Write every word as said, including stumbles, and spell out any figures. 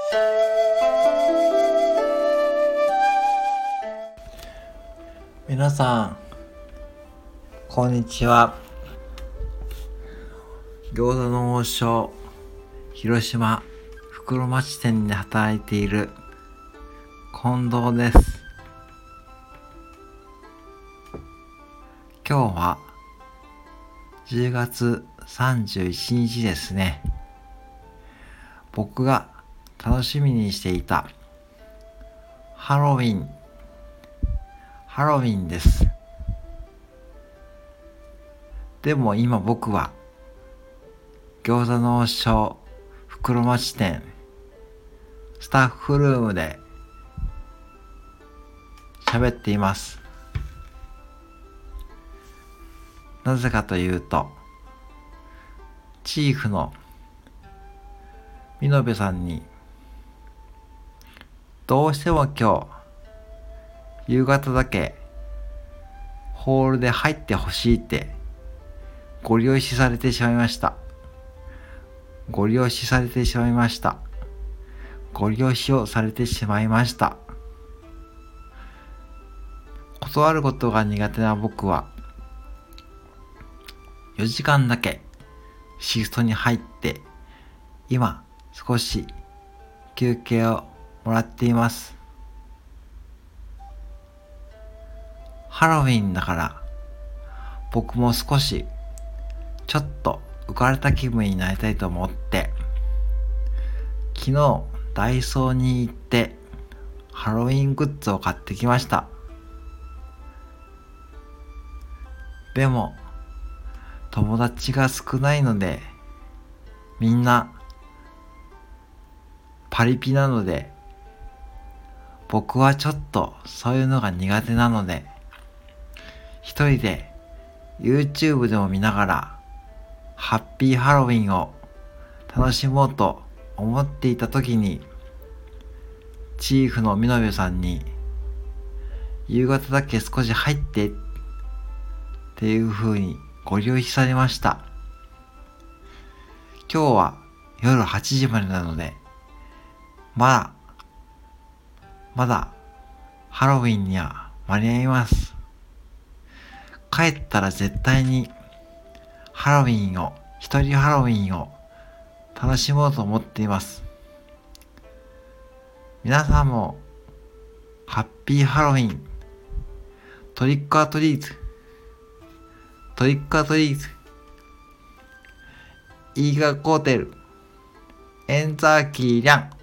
皆さんこんにちは。餃子の王将広島袋町店で働いている近藤です。今日はじゅうがつさんじゅういちにちですね。僕が楽しみにしていたハロウィンハロウィンです。でも今僕は餃子の王将袋町店スタッフルームで喋っています。なぜかというと、チーフの見延さんにどうしても今日夕方だけホールで入ってほしいってご利用しされてしまいました。ご利用しされてしまいました。ご利用しをされてしまいました。断ることが苦手な僕はよじかんだけシフトに入って今少し休憩をもらっています。ハロウィンだから僕も少しちょっと浮かれた気分になりたいと思って昨日ダイソーに行ってハロウィングッズを買ってきました。でも友達が少ないのでみんなパリピなので僕はちょっとそういうのが苦手なので一人で YouTube でも見ながらハッピーハロウィンを楽しもうと思っていた時にチーフの見延さんに夕方だけ少し入ってっていう風にご利用しされました。今日は夜はちじまでなのでまだまだハロウィンには間に合います。帰ったら絶対にハロウィンを一人ハロウィンを楽しもうと思っています。皆さんもハッピーハロウィントリックアトリートトリックアトリートイーガコーテルエンザーキーリャン